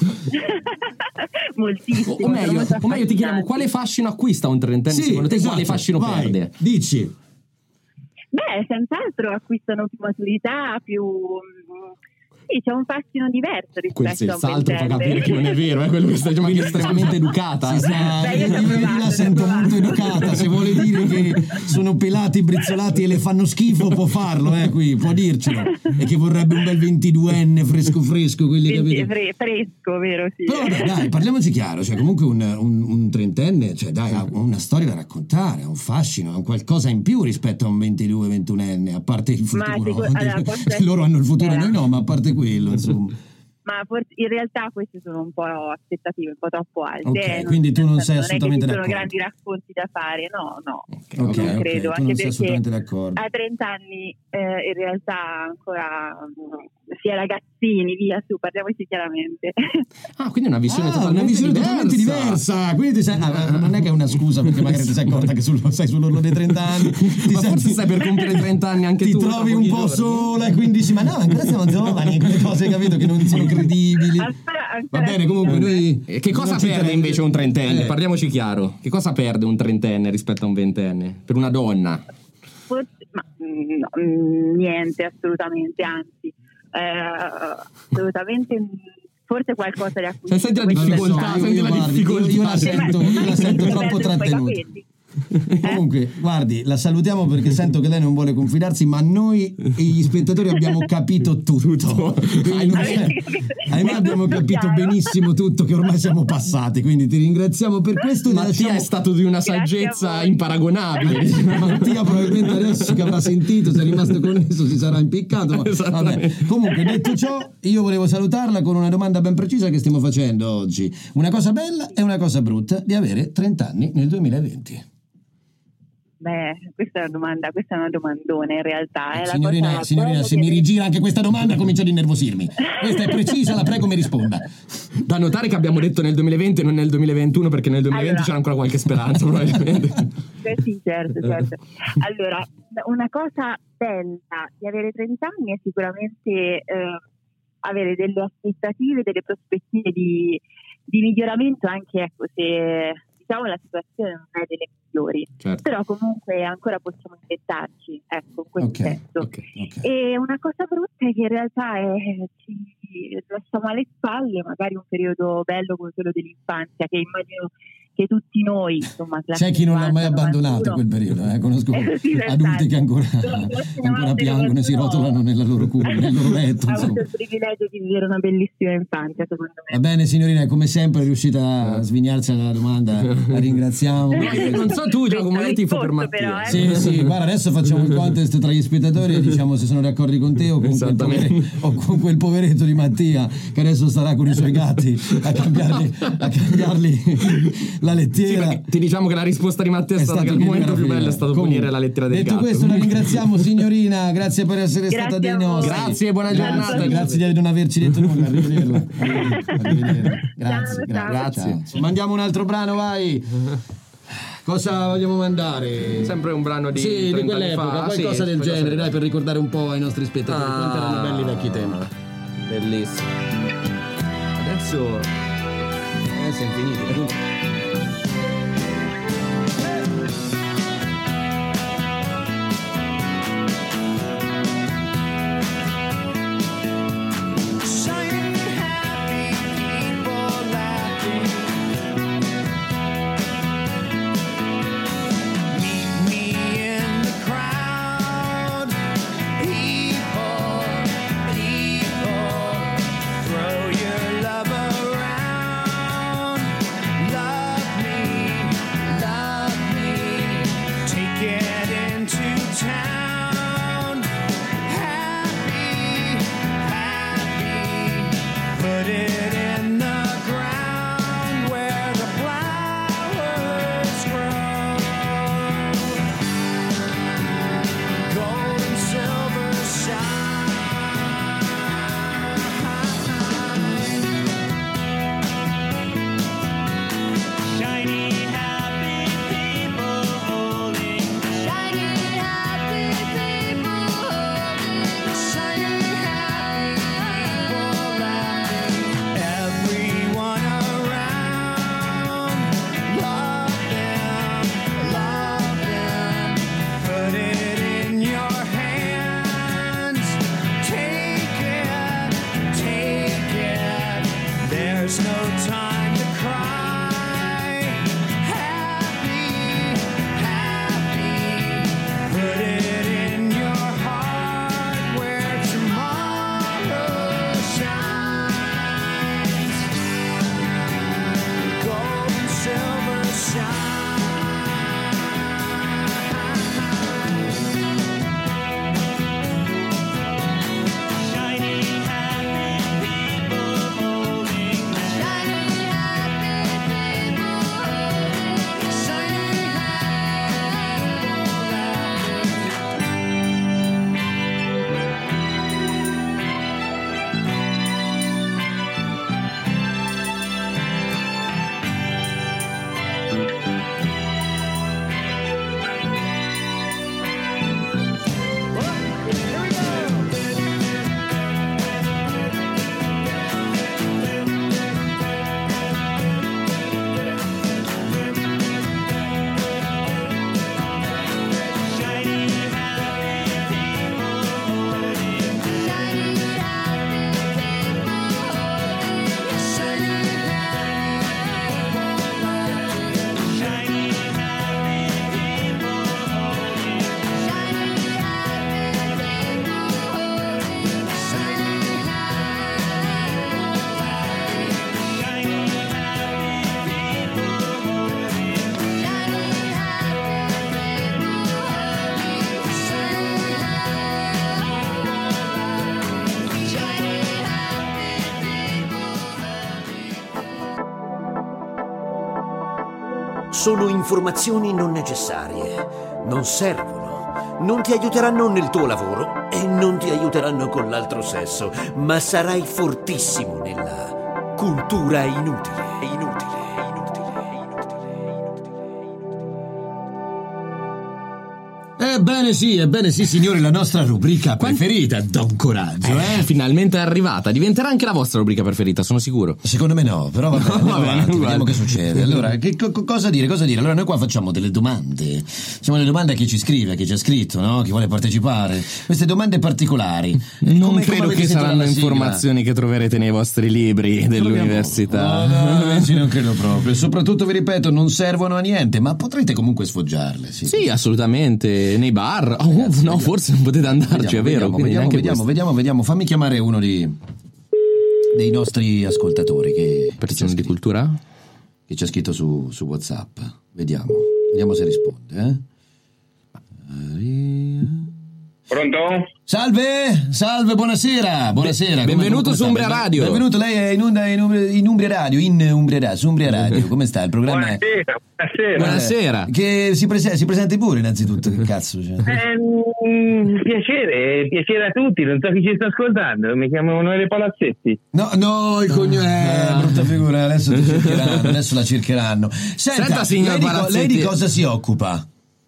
Moltissimo. O meglio, sono molto o meglio ti chiediamo affascinanti. quale fascino acquista un trentenne? Sì, Secondo te quale esatto, fascino vai, perde? Dici. Beh, senz'altro acquistano più maturità, più... mm, Sì, c'è un fascino diverso Quel rispetto a un senz'altro fa ventenne. capire che non è vero, è quello che stai dicendo, ma che è estremamente educata. Si sa, Beh, io io, ci ho io provato, la ci ho sento provato. molto educata. Se vuole dire che sono pelati, brizzolati e le fanno schifo, può farlo, eh, qui, può dircelo. E che vorrebbe un bel ventiduenne fresco fresco, quelli Quindi capito? fre- fresco, vero? Sì. Però vabbè, dai, parliamoci chiaro, cioè comunque un, un- un trentenne, cioè dai, ha una storia da raccontare, ha un fascino, ha un qualcosa in più rispetto a un ventidue ventunenne, a parte il Ma futuro. sicur- allora, forse- Loro hanno il futuro, eh. noi no, ma a parte quello, insomma. Ma forse in realtà queste sono un po' aspettative un po' troppo alte. Ok, eh, quindi tu non sei è assolutamente che ci sono d'accordo. grandi racconti da fare, no, no, Ok, non ok, credo, tu anche non sei perché assolutamente d'accordo. a trenta anni eh, in realtà ancora mm, si è ragazzini, via su, parliamoci chiaramente. Ah, quindi una visione Ah, totalmente una visione diversa. totalmente diversa. Quindi ti sei, ah, non è che è una scusa perché magari ti sei accorta che sul, sei sull'orlo dei trenta anni, ti Ma forse stai per compiere trenta anni anche ti tu. tra trovi un pochi po' giorni. sola e quindi dici ma no, ancora siamo giovani, quelle cose capito che non sono credibili. Ancora- Va ancora bene, sì, comunque non- noi E che cosa non ci perde tenere- invece un trentenne? Eh. Parliamoci chiaro. Che cosa perde un trentenne rispetto a un ventenne? Per una donna? Forse, ma mm, no, mm, niente, assolutamente, anzi, eh, assolutamente, mm, forse qualcosa di acquisito. Senti la questo è difficoltà, esatto. senti io, la guardi, difficoltà. io, io la sento, io la sento Io troppo perdo un po' i trattenuta. capelli. Comunque, guardi, la salutiamo perché sento che lei non vuole confidarsi, ma noi e gli spettatori abbiamo capito tutto. Quindi non c'è- ahimè, abbiamo capito Chiaro. benissimo tutto, che ormai siamo passati. Quindi ti ringraziamo per questo. Ti Mattia lasciamo- è stato di una Grazie a saggezza voi. imparagonabile. Mattia probabilmente adesso che avrà sentito, se è rimasto connesso, si sarà impiccato. Ma vabbè. Comunque, detto ciò, io volevo salutarla con una domanda ben precisa che stiamo facendo oggi. Una cosa bella e una cosa brutta di avere trenta anni nel duemilaventi. Beh, questa è una domanda, questa è una domandona in realtà. È la Signorina, cosa signorina, bella se di mi avere- rigira anche questa domanda comincio ad innervosirmi. Questa è precisa, la prego mi risponda. Da notare che abbiamo detto nel duemilaventi e non nel duemiventuno, perché nel duemilaventi Allora. c'era ancora qualche speranza, probabilmente. Eh sì, certo, certo. Allora, una cosa bella di avere trenta anni è sicuramente eh, avere delle aspettative, delle prospettive di, di miglioramento, anche ecco, se diciamo la situazione non è delle migliori, Certo. però comunque ancora possiamo inventarci, ecco, in questo Ok, senso. ok. Ok. E una cosa brutta è che in realtà è, ci lasciamo alle spalle magari un periodo bello come quello dell'infanzia, che immagino che tutti noi, insomma, C'è chi non l'ha mai classe abbandonato novantuno, quel periodo, eh? Conosco Eh, sì, adulti che ancora, esatto. ancora piangono e si rotolano nella loro culla, nel loro letto. Ha Insomma. avuto il privilegio di vivere una bellissima infanzia, secondo me. Va bene signorina, come sempre è riuscita a svignarci alla domanda, la ringraziamo. Io non so tu, Giacomo, io tifo per Risposto, Mattia. però, eh. Sì, sì, guarda, adesso facciamo il contest tra gli spettatori e diciamo se sono d'accordo con te o con, quel Esattamente. povere- o con quel poveretto di Mattia che adesso starà con i suoi gatti a cambiargli, a cambiargli la Sì, lettiera. perché ti diciamo che la risposta di Mattia è, È stata stato che il che momento era più bello finita. è stato Comunque, punire la lettera del detto gatto. questo, la ringraziamo signorina, grazie per essere Grazie stata dei a voi. nostri. Grazie, buona Grazie, giornata. grazie di non averci detto nulla. Arrivederla. Arrivederla. Grazie, Ciao, grazie. ciao. ciao. Mandiamo un altro brano, vai. Cosa vogliamo mandare? Sempre un brano di Sì, di trenta anni quell'epoca, fa. qualcosa Sì, del qualcosa genere, del- dai, per ricordare un po' ai nostri spettatori quanti erano belli i vecchi tempi. Bellissimo. Adesso Eh, siamo finiti. Shining happy people laughing. Meet me in the crowd. People, people, throw your love around. Love sono informazioni non necessarie, non servono, non ti aiuteranno nel tuo lavoro e non ti aiuteranno con l'altro sesso, ma sarai fortissimo nella cultura inutile, inutile, inutile, inutile. Ebbene sì, ebbene sì, signori, la nostra rubrica preferita, Don Coraggio, eh? Eh, finalmente è arrivata. Diventerà anche la vostra rubrica preferita, sono sicuro. Secondo me no, però va bene, andiamo va bene, avanti, uguale. vediamo che succede. Allora, che, co- cosa dire, cosa dire? Allora, noi qua facciamo delle domande. Facciamo delle domande a chi ci scrive, a chi ci ha scritto, no? Chi vuole partecipare. Queste domande particolari. Non Come- credo come avete che sentito saranno dalla sigla? informazioni che troverete nei vostri libri dell'università. No, no, invece non credo proprio. Soprattutto, vi ripeto, non servono a niente, ma potrete comunque sfoggiarle. Sì, Sì, assolutamente. Nei bar. Oh, no, forse non potete andarci, è vero. Vediamo, quindi vediamo, neanche vediamo, questo. vediamo, vediamo. Fammi chiamare uno di, dei nostri ascoltatori che, Persone di cultura? che ci ha scritto su, su WhatsApp. Vediamo, vediamo se risponde. Eh? Pronto? Salve, salve, buonasera, buonasera. Come- benvenuto come su sta? Umbria Radio. Benvenuto, lei è in, onda, in, Umbria- in Umbria Radio, in Umbria Radio, su Umbria Radio. Come sta? Il programma è... Buonasera, buonasera. Buonasera. Che si, prese- si presenti pure innanzitutto, che cazzo c'è? Eh, mm, piacere, piacere a tutti, non so chi ci sta ascoltando, mi chiamo Emanuele Palazzetti. No, no, il cognome, eh, brutta figura, adesso ti cercheranno, adesso la cercheranno. Senta, Senta, signor lei, di, co- Palazzetti. lei di cosa si occupa?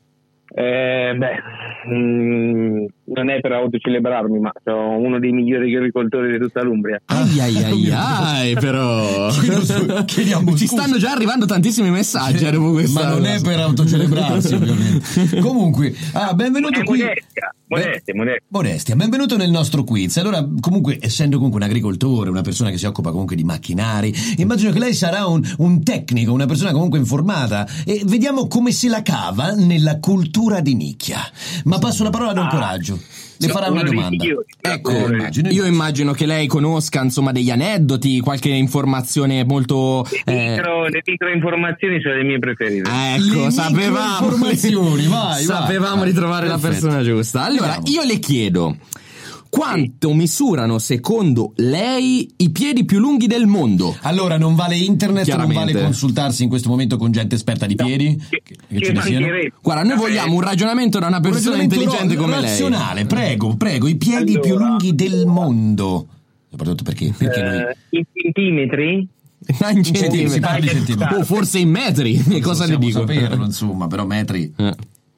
Eh, beh, mm, non è per autocelebrarmi, ma sono uno dei migliori agricoltori di tutta l'Umbria. Ai ai ai ai, però. Chiedo su- chiediamo Ci scusa. stanno già arrivando tantissimi messaggi eh, dopo questa. Ma non è per autocelebrarsi, ovviamente. Comunque, ah, benvenuto È qui. modestia, modestia, modestia. Modestia, benvenuto nel nostro quiz. Allora, comunque, essendo comunque un agricoltore, una persona che si occupa comunque di macchinari, immagino che lei sarà un, un tecnico, una persona comunque informata. E vediamo come se la cava nella cultura di nicchia. Ma passo la parola a Don Coraggio. Le farà una Uno dei domanda. migliori. Ecco, Eh, immagino. io immagino che lei conosca insomma degli aneddoti, qualche informazione molto. Le, eh, micro, le micro informazioni sono le mie preferite. Ecco, Le sapevamo. microinformazioni, vai, vai. Sapevamo di trovare la Perfetto. persona giusta. Allora, Vediamo. io le chiedo. Quanto misurano secondo lei i piedi più lunghi del mondo? Allora, non vale internet, non Chiaramente. vale consultarsi in questo momento con gente esperta di piedi? Che, Che che ce ne siano? mancherebbe. Guarda, noi Eh, vogliamo un ragionamento da una Un persona ragionamento intelligente ro- come lei. razionale, prego, prego, i piedi Allora. più lunghi del mondo. Soprattutto perché? Perché noi... eh, in centimetri? Ah, in centimetri, si parla di centimetri. centimetri. O forse in metri. Cosa le possiamo dico? saperlo, insomma, però metri. Eh.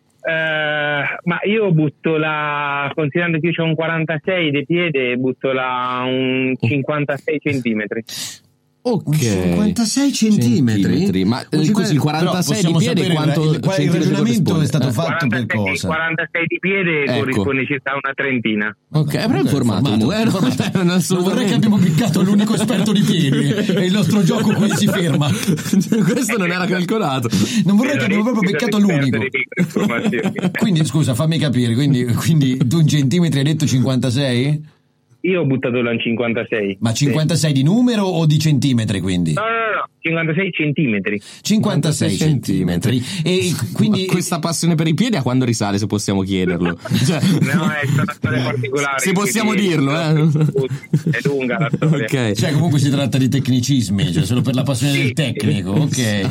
Eh, ma io butto la, considerando che io ho un quarantasei di piede, butto la un cinquantasei centimetri. Ok. cinquantasei centimetri? Ma eh, Un scusi, il però quarantasei di possiamo piede sapere quanto il, il, il centimetri ragionamento corrisponde? è stato Eh. fatto per quarantasei, cosa? quarantasei di piede Ecco. corrisponde circa a una trentina. Ok, però è informato. Informato, eh, informato. non Non vorrei che abbiamo piccato l'unico esperto di piedi e il nostro gioco qui si ferma. Questo non era calcolato. Non vorrei che abbiamo proprio piccato l'unico. Quindi scusa, fammi capire, quindi, quindi tu in centimetri hai detto cinquantasei? Io ho buttato la cinquantasei. Ma cinquantasei di numero o di centimetri quindi? No, no, no, no, cinquantasei centimetri. cinquantasei centimetri. E quindi Ma questa passione per i piedi a quando risale, se possiamo chiederlo? Cioè, No, è una storia particolare. se possiamo quindi- dirlo, eh. È lunga la storia. Ok. cioè comunque si tratta di tecnicismi, cioè solo per la passione del tecnico, ok.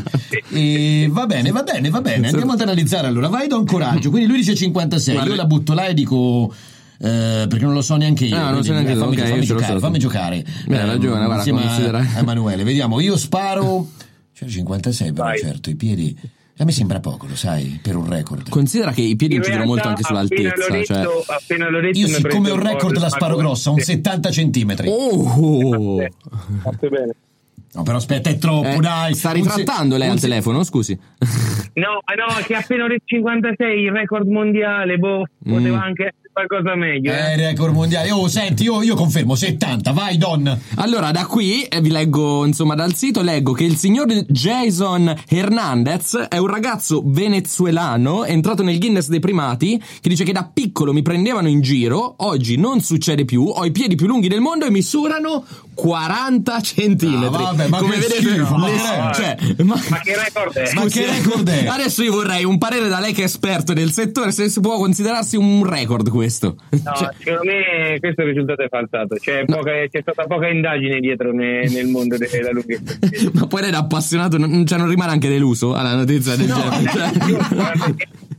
E va bene, va bene, va bene. Andiamo ad analizzare allora. Vai Don Coraggio. Quindi lui dice cinquantasei, Guarda- io la butto là e dico eh, perché non lo so neanche io. No, non quindi, so neanche eh, io, fammi, ok, fammi io ce lo giocare, so. fammi giocare. Beh, hai ragione, guarda, insieme a- considera- a Emanuele. Vediamo, io sparo cioè cinquantasei, però Vai. certo, i piedi a me sembra poco, lo sai, per un record. Considera che i piedi In incidono molto realtà, anche sull'altezza. appena l'ho Cioè... detto- appena l'ho detto Io mi siccome prendo ho il un po' record la sparo grossa, un Sì. settanta centimetri. Oh! Eh, fatto bene. No, però aspetta, è troppo, Eh, dai. sta Un se- ritrattando lei un al se- telefono, scusi. No, ma no, che appena ho detto cinquantasei, il record mondiale, boh, poteva Mm. anche essere qualcosa meglio. Eh, Eh. record mondiale. Oh, senti, io, io confermo, settanta, vai Don. Allora, da qui eh, vi leggo, insomma, dal sito leggo che il signor Jason Hernandez è un ragazzo venezuelano entrato nel Guinness dei primati che dice che da piccolo mi prendevano in giro, oggi non succede più, ho i piedi più lunghi del mondo e misurano quaranta centimetri. Ah, vabbè, ma come che vedete, schifo, ma le- che- cioè, ma, Ma che record è? Ma scusi, che record è? Adesso io vorrei un parere da lei che è esperto del settore, se si può considerarsi un record questo. questo. No, Cioè, secondo me questo risultato è falsato. C'è, poca, c'è stata poca indagine dietro ne- nel mondo della lunghezza. ma poi lei da appassionato non, cioè, non rimane anche deluso alla notizia del genere. Cioè,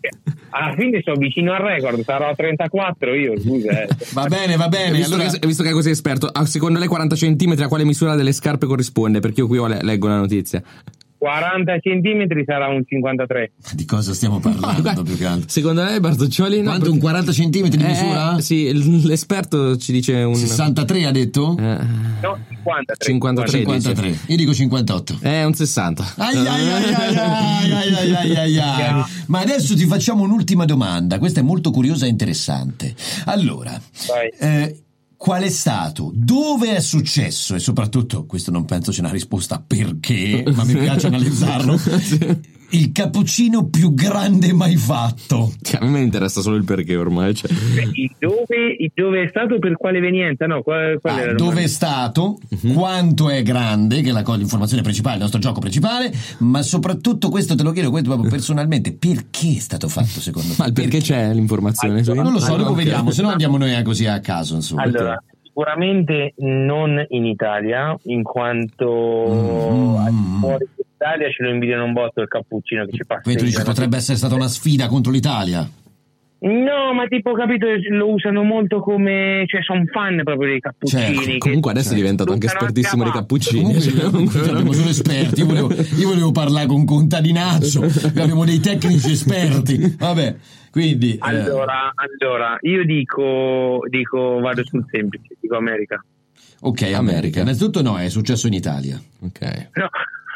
Alla fine sono vicino al record, sarò a trentaquattro io, scusa. Eh. Va bene, va bene. visto, Allora, che, visto che è così esperto, ah, secondo lei quaranta centimetri a quale misura delle scarpe corrisponde? Perché io qui ho le- leggo la notizia. quaranta centimetri sarà un cinquantatré. di cosa stiamo parlando Guarda, più che altro? secondo lei Bartoccioli no, Quanto, un quaranta centimetri di Eh, misura? sì, l- l'esperto ci dice un sessantatré ha detto? eh, No, cinquantatré. cinquantatré. cinquantatré. Io dico cinquantotto. è un sessanta. Ai, ai, ai, ai, ai, ai, ai, ai, ai, ai. Ma adesso ti facciamo un'ultima domanda, questa è molto curiosa e interessante. Allora, Vai. eh, qual è stato, dove è successo e soprattutto, questo non penso sia una risposta perché, ma mi piace analizzarlo, il cappuccino più grande mai fatto? Cioè, a me interessa solo il perché ormai. Cioè. Il dove, il dove è stato per quale evenienza? No, qual, qual Ah, era la dove è domanda? stato, Mhm. quanto è grande, che è la co- l'informazione principale, il nostro gioco principale, ma soprattutto questo te lo chiedo questo proprio personalmente, perché è stato fatto secondo me? Ma il perché c'è l'informazione? su- Non lo so, Ah, dopo ok. vediamo, se no andiamo noi così a caso, insomma. Allora, sicuramente non in Italia, in quanto Mm, al mm, fuori d'Italia ce lo invidiano un botto il cappuccino che ci passa. Quindi tu dici potrebbe essere stata una sfida contro l'Italia. No, ma tipo, capito, lo usano molto come, cioè sono fan proprio dei cappuccini. Certo, che- Comunque adesso è diventato anche Usano espertissimo a dei chiamare. cappuccini. Comunque, cioè, comunque, abbiamo solo esperti, io volevo, io volevo parlare con contadinaccio, abbiamo dei tecnici esperti. Vabbè, quindi eh, Allora, allora, io dico, dico, vado sul semplice, dico America. ok, America. America. Innanzitutto no, è successo in Italia. ok. No,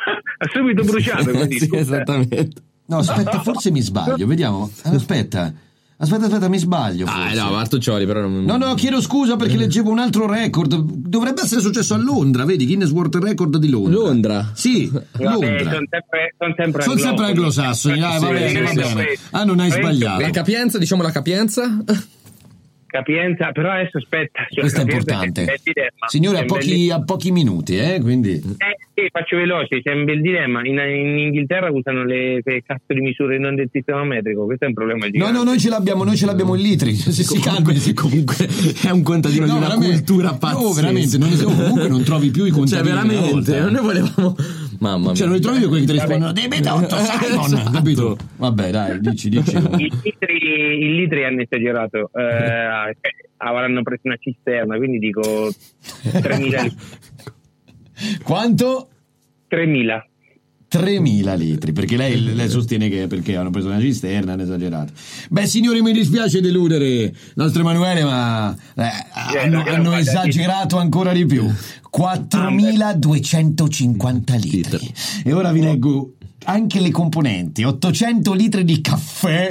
ha subito bruciato, quindi Sì, scusa. esattamente. No, aspetta, forse mi sbaglio, vediamo. Aspetta. Aspetta, aspetta, mi sbaglio. Ah, forse. no, Bartoccioli, però non... No, no, chiedo scusa perché leggevo un altro record. Dovrebbe essere successo a Londra, vedi? Guinness World Record di Londra. Londra? Sì, Vabbè, Londra. sono sempre, son sempre Sono sempre anglosassoni, dai, va Sì, bene, sì, va sì, bene. sì. Ah, non hai Sì, sbagliato. La capienza, diciamo la capienza? Capienza, però adesso aspetta. cioè, Questo è capienza importante. c'è un bel dilemma. Signore, C'è a un bel pochi, a pochi minuti, eh, quindi... Eh, sì, faccio veloce, c'è un bel dilemma. In, in Inghilterra usano le, le cazzo di misure non del sistema metrico, questo è un problema No, gigante. no, noi ce l'abbiamo, noi ce l'abbiamo in litri. Se si calmi. Comunque è un contadino No, di una veramente. cultura pazzesca. No, veramente, non, no, comunque non trovi più i Cioè, contadini. una veramente, volta. noi volevamo... Mamma mia. Cioè, non li trovi più quelli che ti rispondono debito otto, Simon, Esatto. capito? Vabbè, dai, dici, dici. I litri, i litri hanno esagerato, eh, avranno preso una cisterna, quindi dico tremila litri. Quanto? tremila. tremila litri, perché lei, lei sostiene che perché hanno preso una cisterna, hanno esagerato. Beh, signori, mi dispiace deludere il nostro Emanuele, ma eh, hanno, che hanno non vada esagerato ancora di più. quattromiladuecentocinquanta litri. E ora vi leggo anche le componenti: ottocento litri di caffè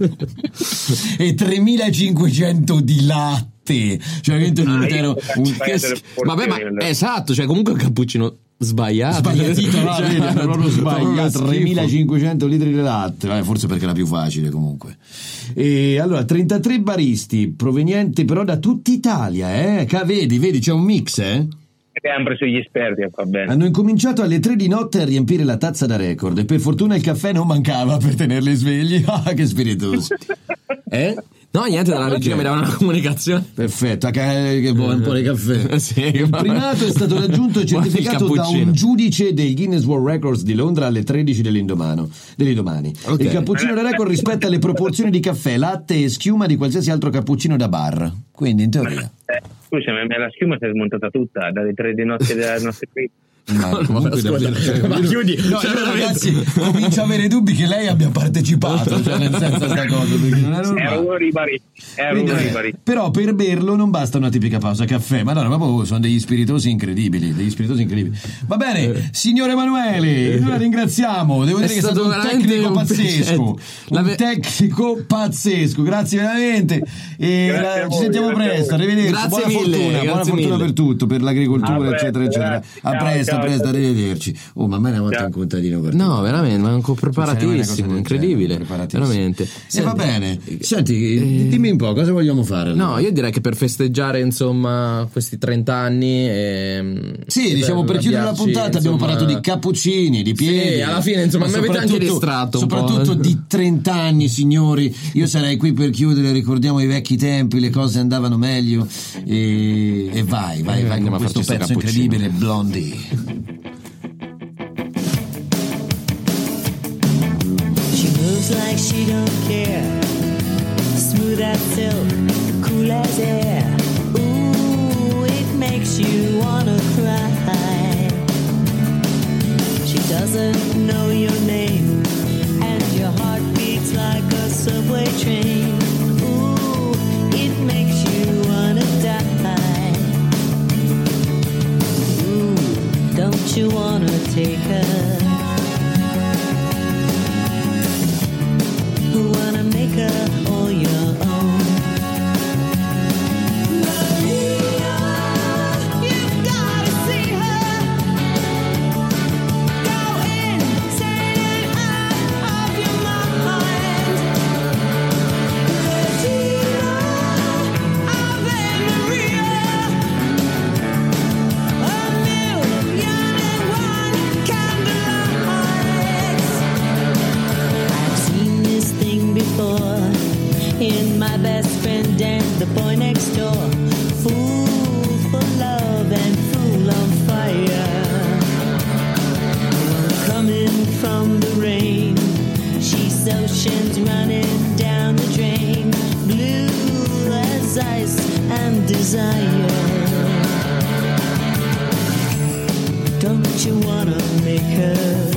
e tremilacinquecento di latte. Cioè, veramente un Ah, intero... io- un- Che che- Vabbè, ma esatto, cioè comunque è un cappuccino sbagliato. Sbagliatito, no, Cioè, vedi, hanno proprio sbagliato. schifo. tremilacinquecento litri di latte, vabbè, forse perché era più facile comunque. E allora, trentatré baristi provenienti però da tutta Italia, eh? Ca- Vedi, vedi, c'è un mix, eh? Che hanno preso gli esperti, va bene. Hanno incominciato alle tre di notte a riempire la tazza da record e per fortuna il caffè non mancava per tenerli svegli. Ah, che spiritosi. Eh? No, niente, dalla regina mi davano una comunicazione. Perfetto, a ca- che buono un po' di caffè. Sì, Il primato è stato raggiunto e Buono il certificato da cappuccino. un giudice del Guinness World Records di Londra alle tredici dell'indomano, dell'indomani. Ok. Il cappuccino da record rispetta le proporzioni di caffè, latte e schiuma di qualsiasi altro cappuccino da bar. Quindi, in teoria. Eh, scusa, ma la schiuma si è smontata tutta dalle tre di notte della notte qui. Ma, No, comunque ma devo ascolta, dire- ma chiudi, No, cioè, io, veramente. ragazzi, comincio a avere dubbi che lei abbia partecipato, cioè nel senso sta cosa, perché non è Ero normale. uno ribari. Ero Quindi, uno eh, ribari. però per berlo non basta una tipica pausa caffè, ma no, no, proprio sono degli spiritosi incredibili, degli spiritosi incredibili. Va bene, signor Emanuele, noi la ringraziamo, devo È dire che è stato stato un veramente tecnico un pazzesco, piacere. La un ve- tecnico pazzesco, grazie veramente e Grazie la- a ci voi, sentiamo grazie a presto, voi. arrivederci, Grazie buona mille, fortuna, buona grazie fortuna mille. per tutto, per l'agricoltura, A presto, eccetera, eccetera. grazie. A Ciao, presto, ciao. a presto, arrivederci. Oh, ma a me ne ha fatto Ciao. un contadino per No, veramente, manco Succede una cosa preparatissimo, del incredibile. genere, preparatissimo. Veramente. E va bene. Senti, dimmi un po', cosa vogliamo fare? allora? No, io direi che per festeggiare insomma questi trenta anni ehm, Sì, diciamo per chiudere la avviarci, puntata abbiamo insomma- parlato di cappuccini, di piedi. Sì, alla fine, insomma, ma mi avete anche soprattutto- distratto un po'. Soprattutto di trenta anni, signori. Io sarei qui per chiudere, ricordiamo i vecchi tempi, le cose andavano meglio e, e vai, vai, vai Andiamo con a questo farci sto pezzo cappuccino. incredibile, Blondie. She moves like she don't care. Smooth as silk, cool as air. Ooh, it makes you wanna cry. She doesn't know your name, and your heart beats like a subway train. Ooh, it makes you wanna die. Ooh, don't you wanna take her? Who wanna make her all your own? Maria, you've gotta see her. Go insane and out of your mind. Regina, Ave Maria. A million and one candlelights. I've seen this thing before in my best friend and the boy next door. Fool for love and fool on fire. Coming from the rain, she's oceans running down the drain. Blue as ice and desire. Don't you wanna make her?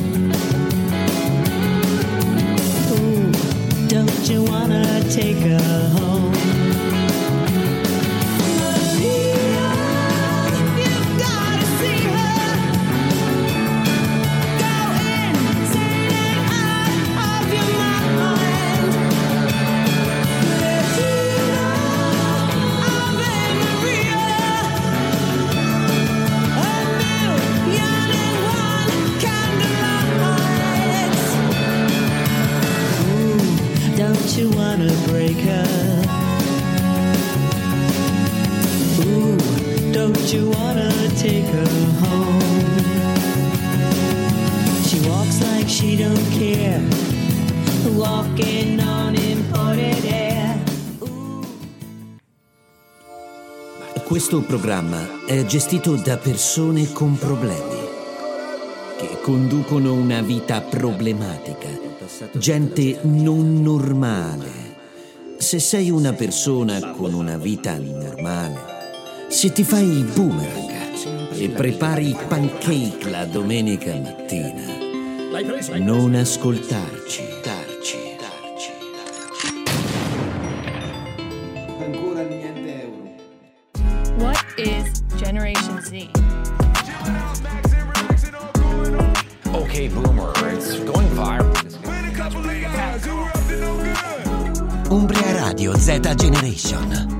Ooh, don't you wanna take her home? Maria, you've gotta see her. Go insane and out of your mind. Regina, Ave Maria. A million and one candlelights. Ooh, don't you wanna break her? Ooh, don't you wanna take her home? She walks like she don't care, walking on imported air. Questo programma è gestito da persone con problemi, che conducono una vita problematica, gente non normale. Se sei una persona con una vita normale, se ti fai il boomerang e prepari i pancake la domenica mattina, non ascoltarci. Darci, darci. Ancora niente euro. What is Generation Z? Okay, boomer, it's going viral. Umbria Radio Z Generation.